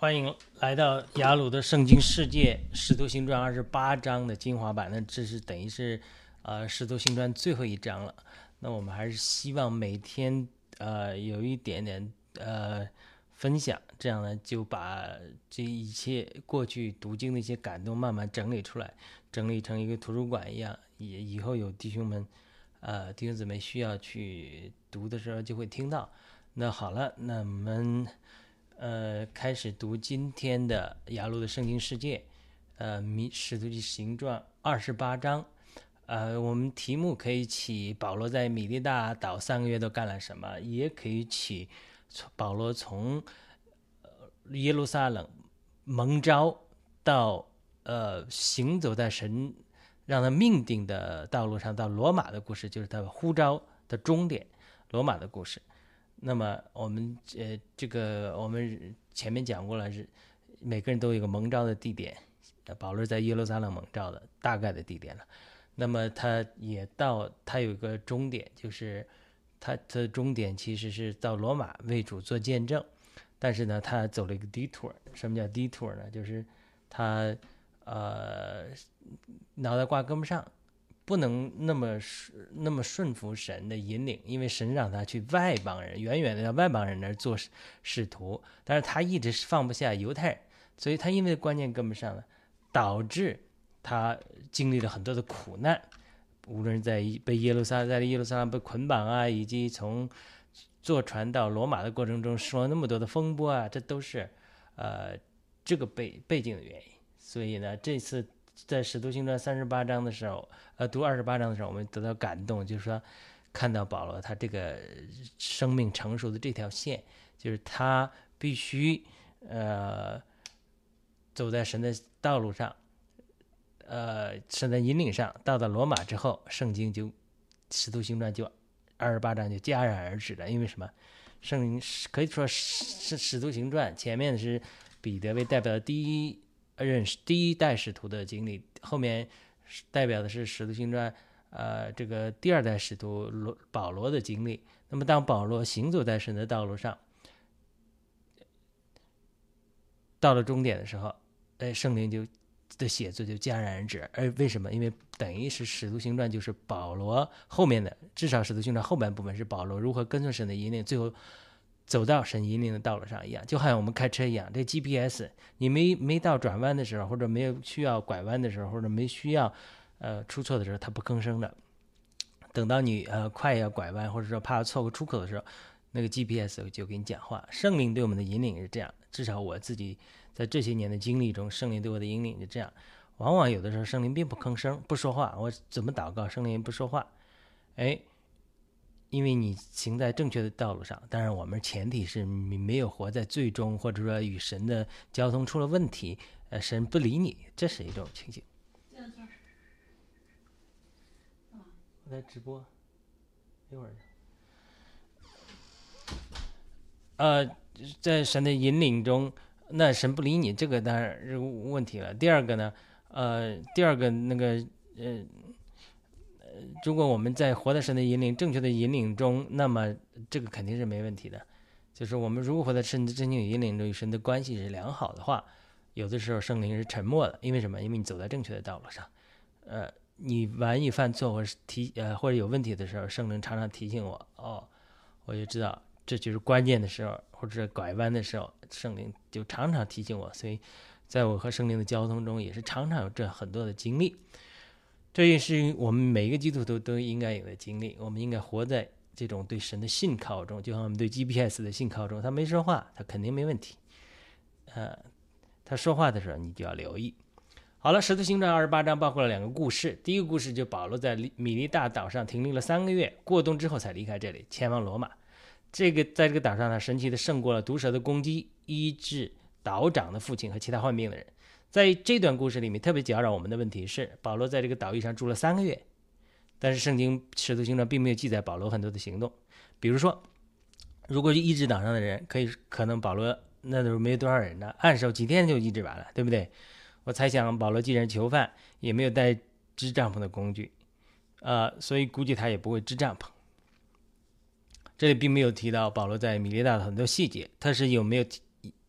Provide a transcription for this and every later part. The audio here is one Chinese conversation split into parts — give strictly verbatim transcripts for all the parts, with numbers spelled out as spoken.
欢迎来到雅鲁的圣经世界使徒行传二十八章的精华版。那这是等于是呃使徒行传最后一章了。那我们还是希望每天呃有一点点呃分享，这样呢就把这一切过去读经的一些感动慢慢整理出来，整理成一个图书馆一样，也以后有弟兄们呃弟兄姊妹需要去读的时候就会听到。那好了，那我们呃，开始读今天的雅鲁的圣经世界，呃，米使徒行传二十八章，呃，我们题目可以起保罗在米利大岛三个月都干了什么，也可以起保罗从耶路撒冷蒙召到呃行走在神让他命定的道路上到罗马的故事，就是他呼召的终点，罗马的故事。那么我们呃，这个我们前面讲过了，是每个人都有一个蒙召的地点，保罗在耶路撒冷蒙召的大概的地点了。那么他也到，他有一个终点，就是他的终点其实是到罗马为主做见证，但是呢，他走了一个 detour。什么叫 detour 呢？就是他呃脑袋瓜跟不上。不能那么那么顺服神的引领，因为神让他去外邦人，远远的到外邦人那儿做使徒，但是他一直放不下犹太人，所以他因为观念跟不上了，导致他经历了很多的苦难，无论在被耶路撒在耶路撒冷被捆绑啊，以及从坐船到罗马的过程中受了那么多的风波啊，这都是呃这个背背景的原因。所以呢，这次在使徒行传三十八章的时候，呃，读二十八章的时候，我们得到感动，就是说，看到保罗他这个生命成熟的这条线，就是他必须呃走在神的道路上，呃，神的引领上。到了罗马之后，圣经就使徒行传就二十八章就戛然而止了。因为什么？圣经可以说是使徒行传前面是彼得为代表的第一。认识第一代使徒的经历，后面代表的是使徒行传呃这个第二代使徒保罗的经历。那么当保罗行走在神的道路上，到了终点的时候，哎，圣灵就的写作就戛然而止。而为什么？因为等于是使徒行传就是保罗后面的，至少使徒行传后半部分是保罗如何跟随神的引领，最后走到神引领的道路上一样。就好像我们开车一样，这 G P S 你没没到转弯的时候，或者没有需要拐弯的时候，或者没需要呃出错的时候，它不吭声的。等到你呃快要拐弯，或者说怕错过出口的时候，那个 G P S 就给你讲话。圣灵对我们的引领是这样，至少我自己在这些年的经历中，圣灵对我的引领是这样。往往有的时候圣灵并不吭声，不说话，我怎么祷告，圣灵不说话，哎。因为你行在正确的道路上，当然我们前提是你没有活在最终，或者说与神的交通出了问题，呃，神不理你，这是一种情形。我在直播，一会儿。呃，在神的引领中，那神不理你，这个当然是问题了。第二个呢，呃，第二个那个呃。如果我们在活在神的引领、正确的引领中，那么这个肯定是没问题的。就是我们如果活在神的真正引领中，与神的关系是良好的话，有的时候圣灵是沉默的，因为什么？因为你走在正确的道路上。呃，你万一犯错或者提呃或者有问题的时候，圣灵常常提醒我，哦，我就知道这就是关键的时候，或者拐弯的时候，圣灵就常常提醒我。所以，在我和圣灵的交通中，也是常常有这很多的经历。这也是我们每一个基督徒都应该有的经历。我们应该活在这种对神的信靠中，就像我们对 G P S 的信靠中。他没说话，他肯定没问题。呃，他说话的时候，你就要留意。好了，使徒行传二十八章包括了两个故事。第一个故事就保罗在米利大岛上停留了三个月，过冬之后才离开这里，前往罗马。这个在这个岛上呢，神奇的胜过了毒蛇的攻击，医治岛长的父亲和其他患病的人。在这段故事里面，特别搅扰我们的问题是，保罗在这个岛屿上住了三个月，但是圣经使徒行传并没有记载保罗很多的行动。比如说，如果是医治岛上的人，可以可能保罗那时候没有多少人呢，按手几天就医治完了，对不对？我猜想保罗既然囚犯，也没有带支帐篷的工具，呃，所以估计他也不会支帐篷。这里并没有提到保罗在米利大的很多细节，他是有没有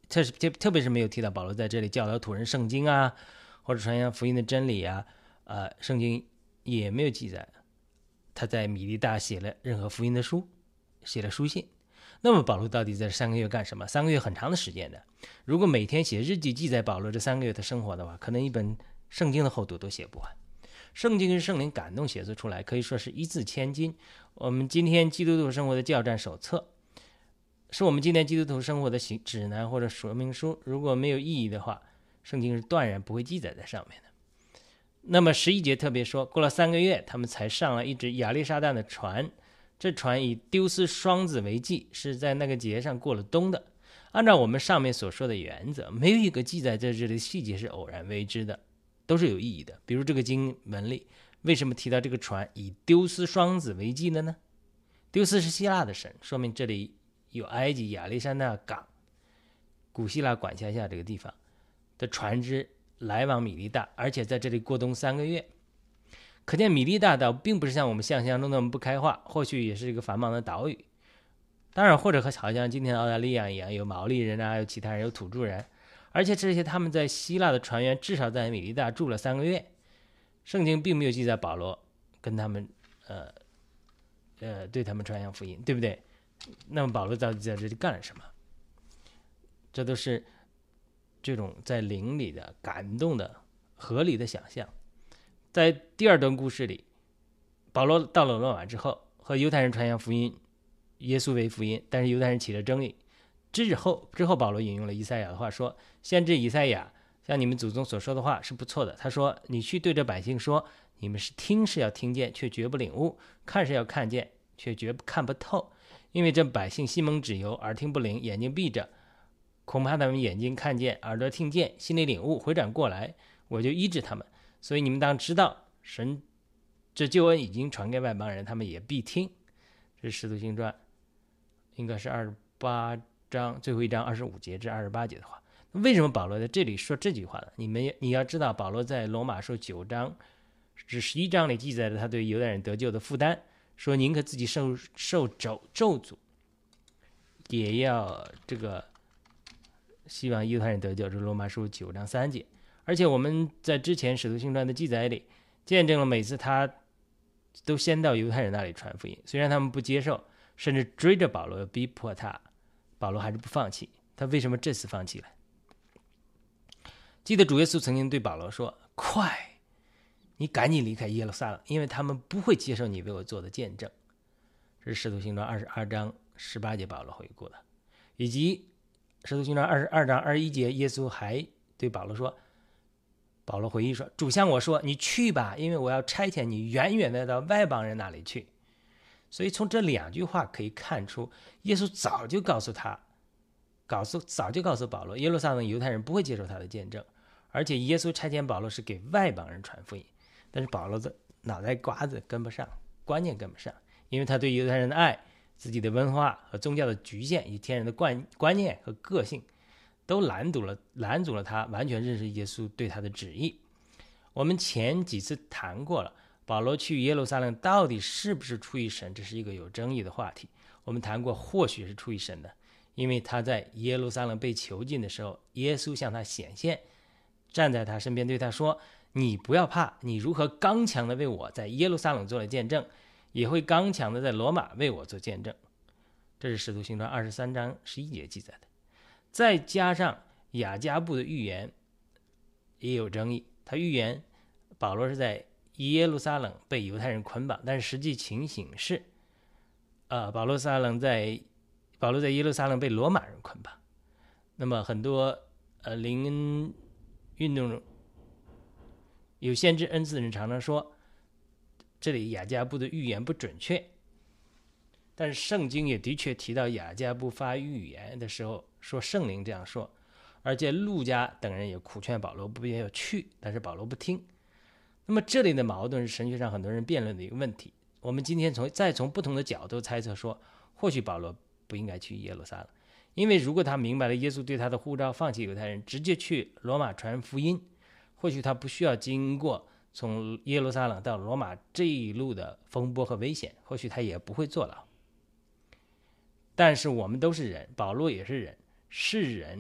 特特特别是没有提到保罗在这里教导土人圣经啊，或者传扬福音的真理啊，呃，圣经也没有记载他在米利大写了任何福音的书，写了书信。那么保罗到底在三个月干什么？三个月很长的时间的，如果每天写日记记载保罗这三个月的生活的话，可能一本圣经的厚度都写不完。圣经是圣灵感动写作出来，可以说是一字千金。我们今天基督徒生活的教战手册，是我们今天基督徒生活的指南或者说明书，如果没有意义的话，圣经是断然不会记载在上面的。那么十一节特别说，过了三个月，他们才上了一只亚历山大的船，这船以丢失双子为记，是在那个节上过了冬的。按照我们上面所说的原则，没有一个记载在这里的细节是偶然为之的，都是有意义的。比如这个经文里为什么提到这个船以丢失双子为记的呢？丢斯是希腊的神，说明这里有埃及亚历山大港，古希腊管辖下这个地方的船只来往米利大，而且在这里过冬三个月。可见米利大岛并不是像我们想象中那么不开化，或许也是一个繁忙的岛屿。当然，或者和好像今天的澳大利亚一样，有毛利人啊，有其他人，有土著人，而且这些他们在希腊的船员至少在米利大住了三个月。圣经并没有记载保罗跟他们呃呃对他们传扬福音，对不对？那么保罗到底在这里干了什么？这都是这种在灵里的感动的合理的想象。在第二段故事里，保罗到了罗马之后，和犹太人传扬福音，耶稣为福音，但是犹太人起了争议。之后之后保罗引用了以赛亚的话说，先知以赛亚像你们祖宗所说的话是不错的，他说，你去对着百姓说，你们是听是要听见，却绝不领悟，看是要看见，却绝看不透，因为这百姓心蒙脂油，耳听不灵，眼睛闭着，恐怕他们眼睛看见，耳朵听见，心里领悟，回转过来，我就医治他们。所以你们当知道，神这救恩已经传给外邦人，他们也必听。这是使徒行传应该是二十八章最后一章二十五节至二十八节的话。为什么保罗在这里说这句话呢？你们你要知道，保罗在罗马书九章至十一章里记载了他对犹太人得救的负担，说宁可自己受受咒咒诅，也要这个希望犹太人得救。这是罗马书九章三节。而且我们在之前使徒行传的记载里见证了，每次他都先到犹太人那里传福音，虽然他们不接受，甚至追着保罗逼迫他，保罗还是不放弃。他为什么这次放弃了？记得主耶稣曾经对保罗说，快，你赶紧离开耶路撒冷，因为他们不会接受你为我做的见证。这是使徒行传二十二章十八节保罗回顾的。以及使徒行传二十二章二十一节，耶稣还对保罗说，保罗回忆说，主向我说，你去吧，因为我要差遣你远远的到外邦人那里去。所以从这两句话可以看出，耶稣早就告诉他告诉早就告诉保罗，耶路撒冷犹太人不会接受他的见证，而且耶稣差遣保罗是给外邦人传福音。但是保罗的脑袋瓜子跟不上，观念跟不上，因为他对犹太人的爱，自己的文化和宗教的局限，以及天然的观观念和个性，都拦阻了拦阻了他完全认识耶稣对他的旨意。我们前几次谈过了，保罗去耶路撒冷到底是不是出于神，这是一个有争议的话题。我们谈过，或许是出于神的，因为他在耶路撒冷被囚禁的时候，耶稣向他显现，站在他身边对他说，你不要怕，你如何刚强的为我在耶路撒冷做了见证，也会刚强的在罗马为我做见证。这是使徒行传二十三章十一节记载的。再加上雅加布的预言也有争议，他预言保罗是在耶路撒冷被犹太人捆绑，但是实际情形是呃，保罗撒冷在保罗在耶路撒冷被罗马人捆绑。那么很多呃灵恩运动中有先知恩赐的人常常说，这里雅加布的预言不准确，但是圣经也的确提到雅加布发预言的时候说圣灵这样说，而且路加等人也苦劝保罗不要去，但是保罗不听。那么这里的矛盾是神学上很多人辩论的一个问题。我们今天从再从不同的角度猜测说，或许保罗不应该去耶路撒冷，因为如果他明白了耶稣对他的呼召，放弃犹太人，直接去罗马传福音，或许他不需要经过从耶路撒冷到罗马这一路的风波和危险，或许他也不会坐牢。但是我们都是人，保罗也是人，是人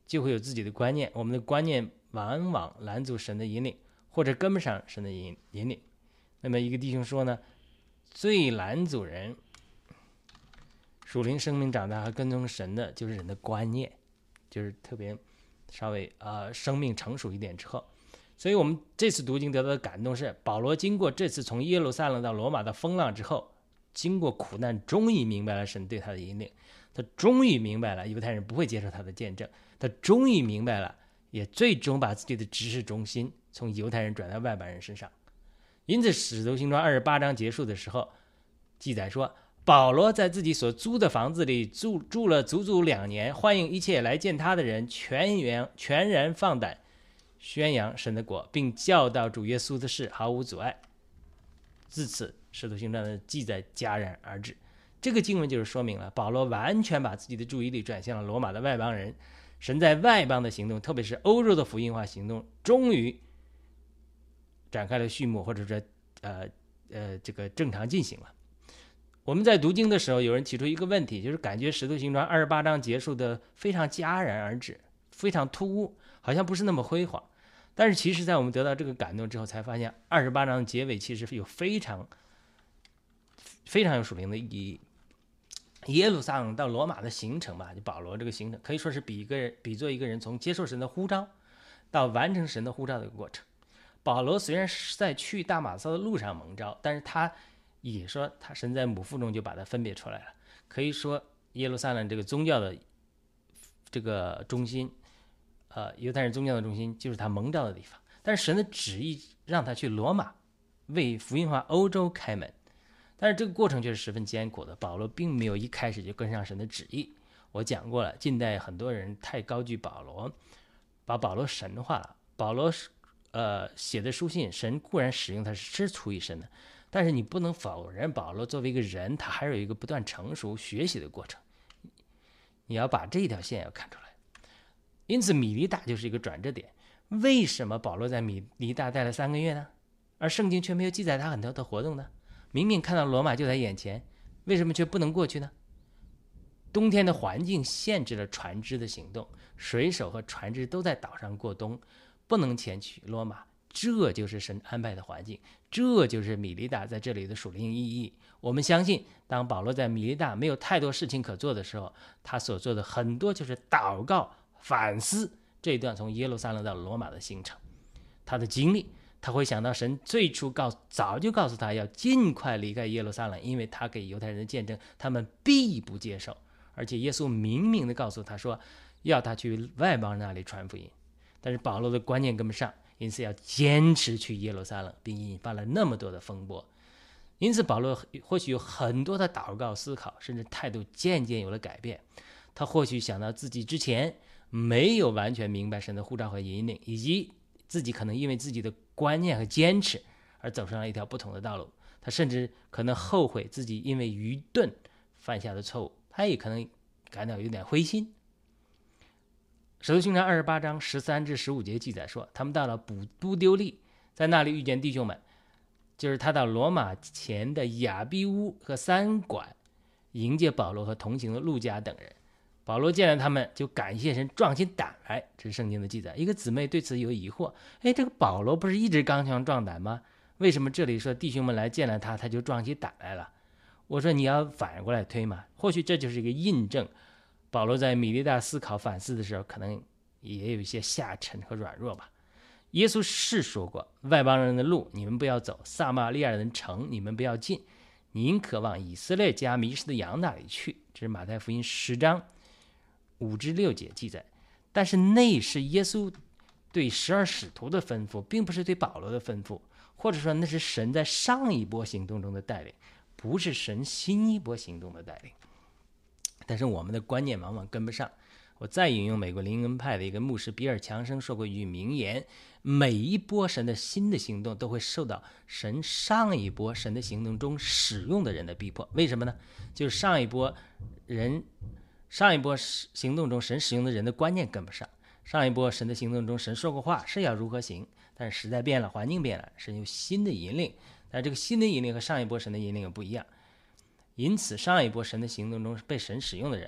就会有自己的观念，我们的观念往往拦阻神的引领，或者跟不上神的引引领。那么一个弟兄说呢，最拦阻人属灵生命长大和跟踪神的，就是人的观念，就是特别稍微呃生命成熟一点之后。所以我们这次读经得到的感动是，保罗经过这次从耶路撒冷到罗马的风浪之后，经过苦难，终于明白了神对他的引领，他终于明白了犹太人不会接受他的见证，他终于明白了，也最终把自己的知识中心从犹太人转到外邦人身上。因此使徒行传二十八章结束的时候记载说，保罗在自己所租的房子里住住了足足两年，欢迎一切来见他的人，全然全然放胆宣扬神的国，并教导主耶稣的事，毫无阻碍。自此使徒行传的记载戛然而止。这个经文就是说明了保罗完全把自己的注意力转向了罗马的外邦人，神在外邦的行动，特别是欧洲的福音化行动，终于展开了序幕，或者说呃呃这个正常进行了。我们在读经的时候，有人提出一个问题，就是感觉使徒行传二十八章结束的非常戛然而止，非常突兀，好像不是那么辉煌。但是其实在我们得到这个感动之后，才发现二十八章的结尾其实有非常非常有属灵的意义。耶路撒冷到罗马的行程吧，就保罗这个行程可以说是比一个人比作一个人从接受神的呼召到完成神的呼召的一个过程。保罗虽然是在去大马色的路上蒙召，但是他也说他神在母腹中就把他分别出来了。可以说耶路撒冷这个宗教的这个中心，呃，犹太人宗教的中心就是他蒙召的地方。但是神的旨意让他去罗马为福音化欧洲开门，但是这个过程却是十分艰苦的。保罗并没有一开始就跟上神的旨意。我讲过了，近代很多人太高举保罗，把保罗神化了。保罗呃写的书信，神固然使用他是出于神的，但是你不能否认保罗作为一个人，他还有一个不断成熟学习的过程。你要把这条线要看出来。因此米利大就是一个转折点。为什么保罗在米利大待了三个月呢？而圣经却没有记载他很多的活动呢？明明看到罗马就在眼前，为什么却不能过去呢？冬天的环境限制了船只的行动，水手和船只都在岛上过冬，不能前去罗马。这就是神安排的环境，这就是米利大在这里的属灵意义。我们相信，当保罗在米利大没有太多事情可做的时候，他所做的很多就是祷告、反思这一段从耶路撒冷到罗马的行程。他的经历，他会想到神最初告早就告诉他要尽快离开耶路撒冷，因为他给犹太人的见证他们必不接受，而且耶稣明明的告诉他说要他去外邦人那里传福音。但是保罗的观念跟不上，因此要坚持去耶路撒冷，并引发了那么多的风波。因此保罗或许有很多的祷告、思考，甚至态度渐渐有了改变。他或许想到自己之前没有完全明白神的呼召和引领，以及自己可能因为自己的观念和坚持而走上了一条不同的道路。他甚至可能后悔自己因为愚钝犯下的错误，他也可能感到有点灰心。使徒行传二十八章十三至十五节记载说，他们到了补都丢利，在那里遇见弟兄们，就是他到罗马前的亚比乌和三管迎接保罗和同行的路加等人。保罗见了他们，就感谢神，壮起胆来。这是圣经的记载。一个姊妹对此有疑惑，哎，这个保罗不是一直刚强壮胆吗？为什么这里说弟兄们来见了他，他就壮起胆来了？我说你要反过来推嘛，或许这就是一个印证。保罗在米利大思考反思的时候，可能也有一些下沉和软弱吧。耶稣是说过，外邦人的路你们不要走，撒玛利亚人的城你们不要进，宁可往以色列家迷失的羊那里去。这是马太福音十章五至六节记载。但是那是耶稣对十二使徒的吩咐，并不是对保罗的吩咐，或者说那是神在上一波行动中的带领，不是神新一波行动的带领。但是我们的观念往往跟不上。我再引用美国灵恩派的一个牧师比尔强生说过一句名言，每一波神的新的行动都会受到神上一波神的行动中使用的人的逼迫。为什么呢？就是上一波人上一波行动中神使用的人的观念跟不上，上一波神的行动中神说过话是要如何行，但是时代变了，环境变了，神有新的引领，但这个新的引领和上一波神的引领也不一样。因此上一波神的行动中被神使用的人，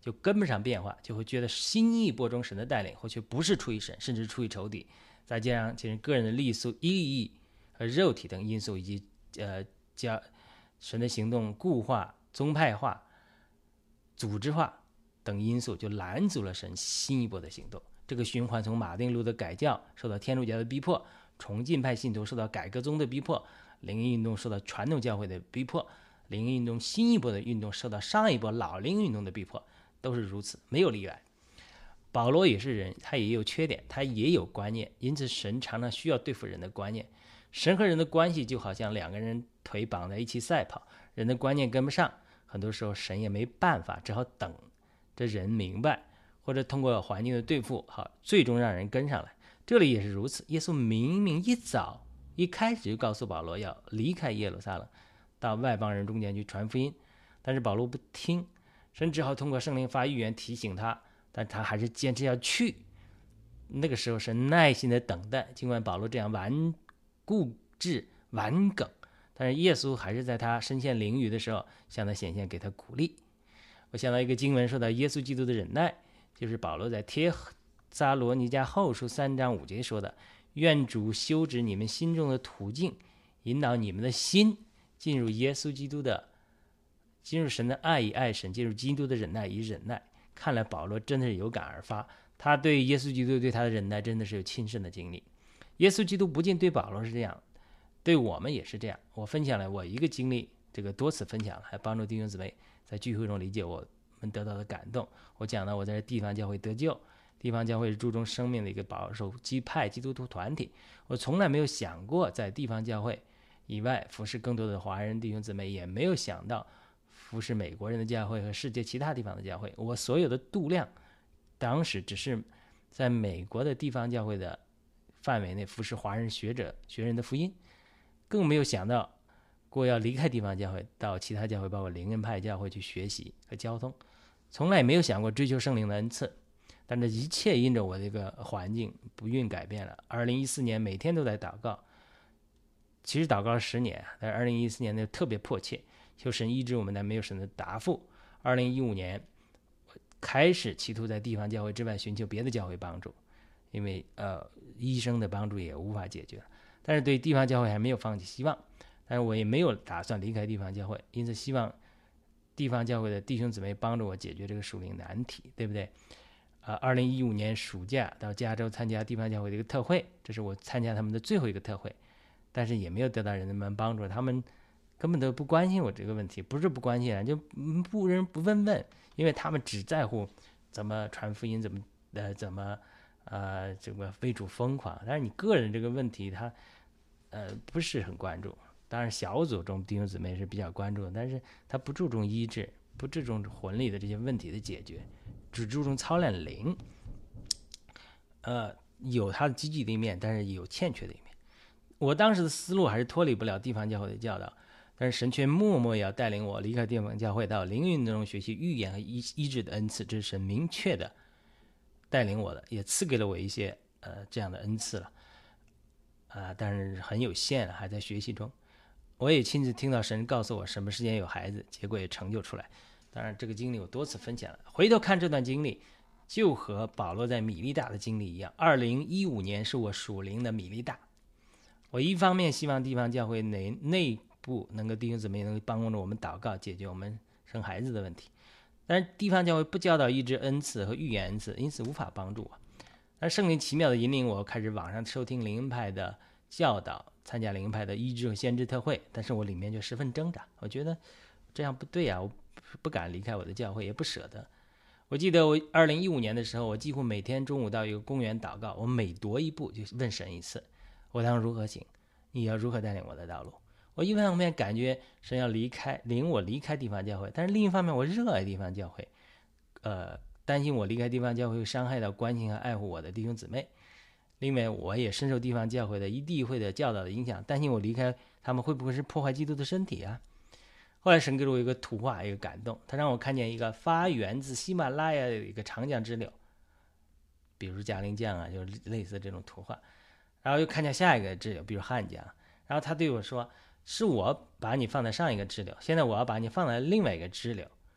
就跟不上变化，就会觉得心意播种神的带领，或却不是出于神，甚至出于仇敌。再加上其实个人的利益、利益和肉体等因素，以及呃加神的行动固化、宗派化、组织化等因素，就拦阻了神新一波的行动。这个循环从马丁路的改教受到天主教的逼迫，重浸派信徒受到改革宗的逼迫，灵恩运动受到传统教会的逼迫，灵恩运动新一波的运动受到上一波老灵运动的逼迫，都是如此，没有例外。保罗也是人，他也有缺点，他也有观念，因此神常常需要对付人的观念。神和人的关系就好像两个人腿绑在一起赛跑，人的观念跟不上，很多时候神也没办法，只好等这人明白，或者通过环境的对付，好，最终让人跟上来。这里也是如此，耶稣明明一早一开始就告诉保罗要离开耶路撒冷，到外邦人中间去传福音，但是保罗不听，神只好通过圣灵发预言提醒他，但他还是坚持要去。那个时候神耐心的等待，尽管保罗这样顽固执顽梗，但是耶稣还是在他身陷囹圄的时候向他显现，给他鼓励。我想到一个经文说到耶稣基督的忍耐，就是保罗在帖撒罗尼迦后书三章五节说的：愿主修直你们心中的途径，引导你们的心进入耶稣基督的进入神的爱以爱神，进入基督的忍耐以忍耐。看来保罗真的是有感而发，他对耶稣基督对他的忍耐真的是有亲身的经历。耶稣基督不仅对保罗是这样，对我们也是这样。我分享了我一个经历，这个多次分享了，还帮助弟兄姊妹在聚会中理解我们得到的感动。我讲到我在地方教会得救，地方教会是注重生命的一个保守基派基督徒团体，我从来没有想过在地方教会以外服侍更多的华人弟兄姊妹，也没有想到服侍美国人的教会和世界其他地方的教会。我所有的度量当时只是在美国的地方教会的范围内服侍华人学者学人的福音，更没有想到过要离开地方教会到其他教会，包括灵恩派教会去学习和交通，从来也没有想过追求圣灵的恩赐。但这一切因着我这个环境不孕改变了。二零一四年每天都在祷告，其实祷告了十年，但是二零一四年呢特别迫切，求神医治我们，但没有神的答复。二零一五年开始企图在地方教会之外寻求别的教会帮助，因为呃医生的帮助也无法解决，但是对地方教会还没有放弃希望，但是我也没有打算离开地方教会，因此希望地方教会的弟兄姊妹帮助我解决这个属灵难题，对不对？啊，二零一五年暑假到加州参加地方教会的一个特会，这是我参加他们的最后一个特会，但是也没有得到人们帮助，他们根本都不关心我这个问题，不是不关心啊，就不人不问问，因为他们只在乎怎么传福音，怎么呃怎么呃这个为主疯狂，但是你个人这个问题他呃不是很关注。当然小组中弟兄姊妹是比较关注的，但是他不注重医治，不注重魂力的这些问题的解决，只注重操练灵。呃，有他的积极的一面，但是也有欠缺的一面。我当时的思路还是脱离不了地方教会的教导，但是神却默默要带领我离开地方教会，到灵运动中学习预言和医医治的恩赐，这是神明确的带领我的，也赐给了我一些呃这样的恩赐了，啊、呃，但是很有限，还在学习中。我也亲自听到神告诉我什么时间有孩子，结果也成就出来。当然这个经历我多次分享了，回头看这段经历就和保罗在米利大的经历一样。二零一五年是我属灵的米利大，我一方面希望地方教会内内部能够弟兄姊妹能够帮助我们祷告解决我们生孩子的问题，但是地方教会不教导医治恩赐和预言恩赐，因此无法帮助我。但圣灵奇妙的引领我开始网上收听灵恩派的教导，参加灵恩派的医治和先知特会，但是我里面就十分挣扎，我觉得这样不对啊，我不敢离开我的教会，也不舍得。我记得我二零一五年的时候，我几乎每天中午到一个公园祷告，我每踱一步就问神一次，我当如何行，你要如何带领我的道路。我一方面感觉神要离开领我离开地方教会，但是另一方面我热爱地方教会，呃，担心我离开地方教会会伤害到关心和爱护我的弟兄姊妹。另外我也深受地方教会的一地会的教导的影响，担心我离开他们会不会是破坏基督的身体啊。后来神给了我一个图画，一个感动，他让我看见一个发源自喜马拉雅的一个长江支流，比如嘉陵江啊，就类似这种图画。然后又看见下一个支流，比如汉江，然后他对我说，是我把你放在上一个支流，现在我要把你放在另外一个支流，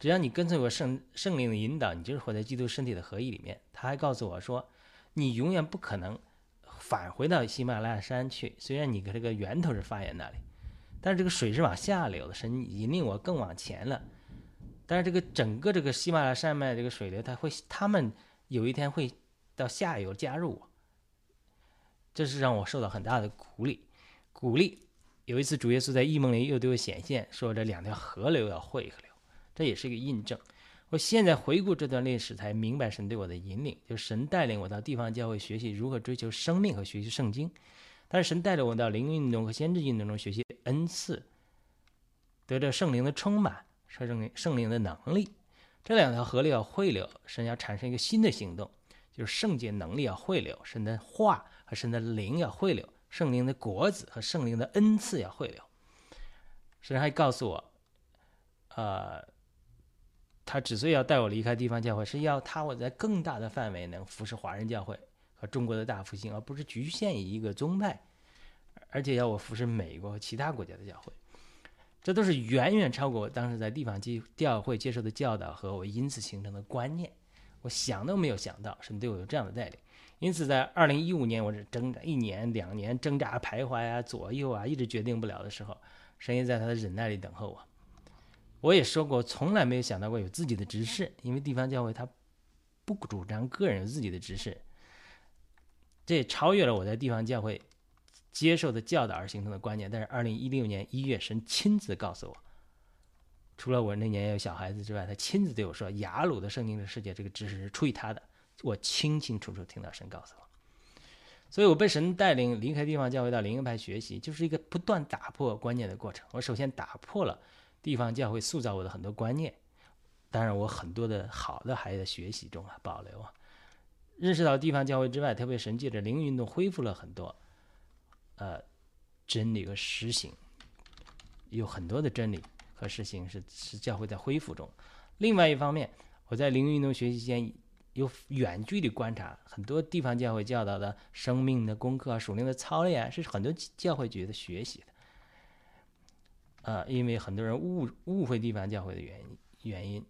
只要你跟随我圣圣灵的引导，你就是活在基督身体的合一里面。他还告诉我说，你永远不可能返回到喜马拉雅山去，虽然你的这个源头是发源那里，但是这个水是往下流的，神引领我更往前了。但是这个整个这个喜马拉雅山脉这个水流，它会，他们有一天会到下游加入我，这是让我受到很大的鼓励。鼓励有一次主耶稣在异梦里又对我显现，说这两条河流要汇合流，这也是一个印证。我现在回顾这段历史，才明白神对我的引领，就是神带领我到地方教会学习如何追求生命和学习圣经，但是神带领我到灵运动和先知运动中学习恩赐，得着圣灵的充满，圣灵圣灵的能力。这两条河流要汇流，神要产生一个新的行动，就是圣洁能力要汇流，神的话和神的灵要汇流，圣灵的果子和圣灵的恩赐要汇流。神还告诉我，呃，他之所以要带我离开地方教会，是要他我在更大的范围能服侍华人教会和中国的大复兴，而不是局限于一个宗派，而且要我服侍美国和其他国家的教会。这都是远远超过我当时在地方教会接受的教导和我因此形成的观念。我想都没有想到神对我有这样的带领。因此在二零一五年，我是挣扎一年两年挣扎徘徊啊左右啊，一直决定不了的时候，神也在他的忍耐里等候我。我也说过，从来没有想到过有自己的执事，因为地方教会他不主张个人有自己的执事，这也超越了我在地方教会接受的教导而形成的观念。但是二零一六年一月，神亲自告诉我，除了我那年有小孩子之外，他亲自对我说，雅鲁的圣经的世界这个知识是出于他的。我清清楚楚听到神告诉我，所以我被神带领离开地方教会到灵恩派学习，就是一个不断打破观念的过程。我首先打破了地方教会塑造我的很多观念，当然我很多的好的还在学习中啊，保留啊。认识到地方教会之外，特别神借着灵运动恢复了很多呃真理和实行，有很多的真理和实行是是教会在恢复中。另外一方面，我在灵运动学习间有远距离观察很多地方教会教导的生命的功课啊、属灵的操练啊，是很多教会觉得学习的。呃，因为很多人误误会地方教会的原因，原因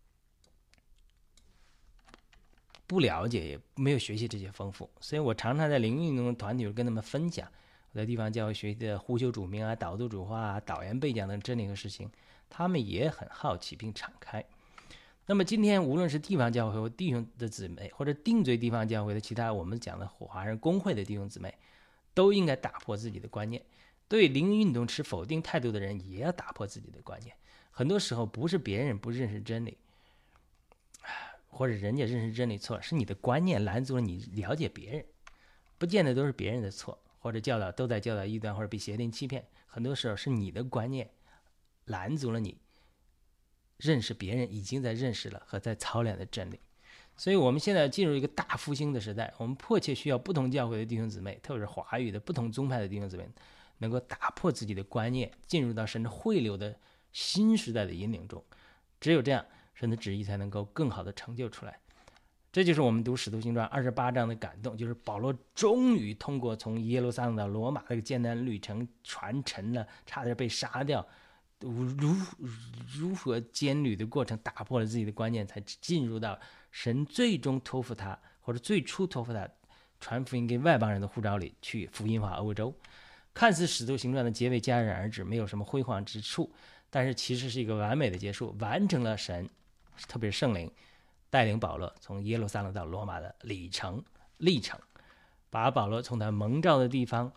不了解，也没有学习这些丰富，所以我常常在灵运动团体跟他们分享我在地方教会学习的呼求主名啊、导读主话啊、导言背讲的真理和事情，他们也很好奇并敞开。那么今天无论是地方教会或弟兄的姊妹，或者定罪地方教会的其他我们讲的华人公会的弟兄姊妹，都应该打破自己的观念。对灵运动持否定态度的人也要打破自己的观念。很多时候不是别人不认识真理，或者人家认识真理错，是你的观念拦阻了你了解别人。不见得都是别人的错，或者教导都在教导异端，或者被邪灵欺骗，很多时候是你的观念拦阻了你认识别人已经在认识了和在操练的真理。所以我们现在进入一个大复兴的时代，我们迫切需要不同教会的弟兄姊妹，特别是华语的不同宗派的弟兄姊妹，能够打破自己的观念，进入到神的汇流的新时代的引领中。只有这样，神的旨意才能够更好的成就出来。这就是我们读使徒行传二十八章的感动，就是保罗终于通过从耶路撒冷到罗马这个艰难旅程，船沉了，差点被杀掉，如如何艰旅的过程，打破了自己的观念，才进入到神最终托付他，或者最初托付他传福音给外邦人的呼召里，去福音化欧洲。看似使徒行传的结尾戛然而止，没有什么辉煌之处，但是其实是一个完美的结束，完成了神，特别是圣灵带领保罗从耶路撒冷到罗马的里程历程，把保罗从他蒙召的地方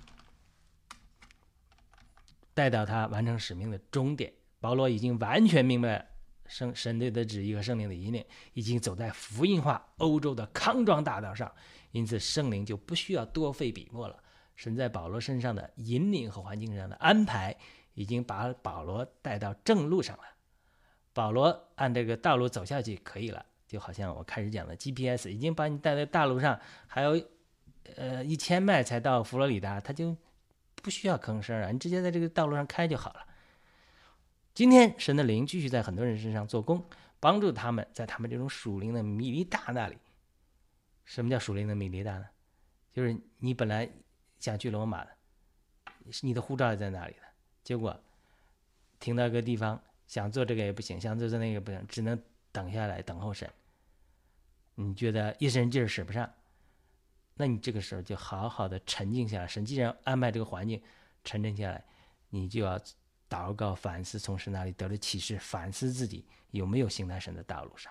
带到他完成使命的终点。保罗已经完全明白圣神对的旨意和圣灵的引领，已经走在福音化欧洲的康庄大道上，因此圣灵就不需要多费笔墨了。神在保罗身上的引领和环境上的安排，已经把保罗带到正路上了。保罗按这个道路走下去可以了，就好像我开始讲的 G P S 已经把你带在大路上，还有呃一千迈才到佛罗里达，他就不需要吭声了，你直接在这个道路上开就好了。今天神的灵继续在很多人身上做工，帮助他们在他们这种属灵的米利大那里。什么叫属灵的米利大呢？就是你本来想去罗马的，你的护照也在那里的，结果停到一个地方， 想做这个也不行，想做做那个也不行，只能等下来等候神。你觉得一身劲儿使不上，那你这个时候就好好的沉静下来。神既然安排这个环境，沉静下来，你就要祷告反思，从神那里得了启示，反思自己有没有行在神的道路上。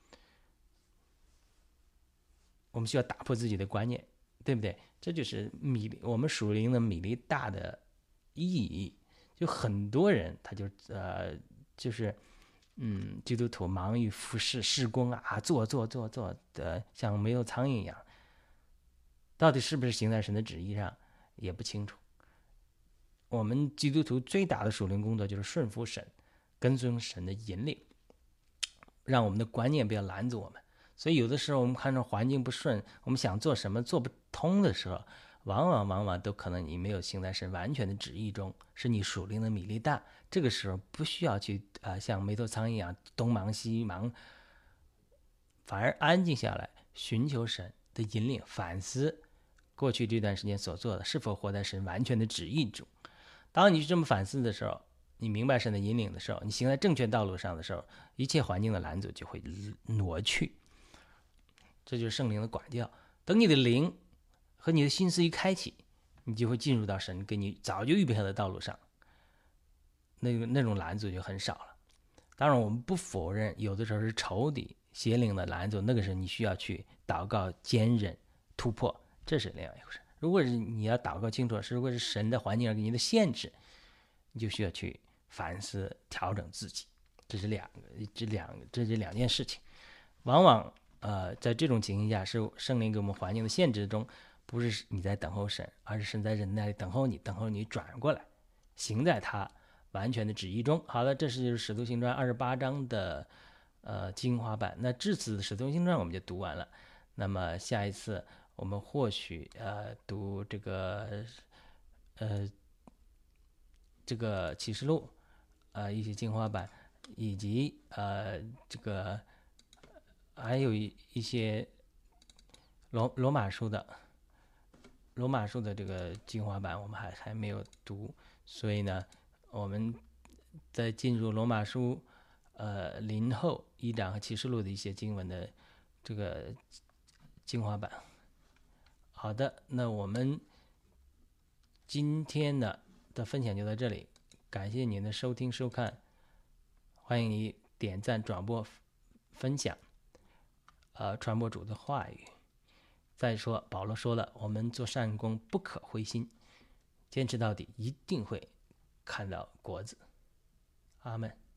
我们需要打破自己的观念，对不对？这就是米我们属灵的米粒大的意义。就很多人他就呃就是嗯基督徒忙于服侍事工啊，做做做做的像没有苍蝇一样，到底是不是行在神的旨意上也不清楚。我们基督徒最大的属灵工作就是顺服神，跟随神的引领，让我们的观念不要拦阻我们。所以有的时候我们看着环境不顺，我们想做什么做不通的时候，往往往往都可能你没有行在神完全的旨意中，是你属灵的米粒大。这个时候不需要去啊、呃、像没头苍蝇一样东忙西忙，反而安静下来，寻求神的引领，反思过去这段时间所做的是否活在神完全的旨意中。当你这么反思的时候，你明白神的引领的时候，你行在正确道路上的时候，一切环境的拦阻就会挪去。这就是圣灵的管教。等你的灵和你的心思一开启，你就会进入到神给你早就预备好的道路上，那个那种拦阻就很少了。当然我们不否认有的时候是仇敌邪灵的拦阻，那个时候你需要去祷告坚忍突破，这是另外一回事。如果是你要祷告清楚，如果是神的环境上给你的限制，你就需要去反思调整自己。这是两个这两个这是两件事情。往往呃在这种情形下，是圣灵给我们环境的限制中，不是你在等候神，而是神在人那里等候你，等候你转过来，行在他完全的旨意中。好了，这是使徒行传二十八章的呃精华版。那至此使徒行传我们就读完了。那么下一次我们或许呃读这个呃这个启示录呃一些精华版，以及呃这个还有一一些罗罗马书的罗马书的这个精华版我们还还没有读，所以呢我们在进入罗马书呃林后一章和启示录的一些经文的这个精华版。好的，那我们今天呢的分享就到这里，感谢您的收听收看，欢迎你点赞转播分享呃传播主的话语。再说保罗说了，我们做善工不可灰心，坚持到底一定会看到果子。阿们。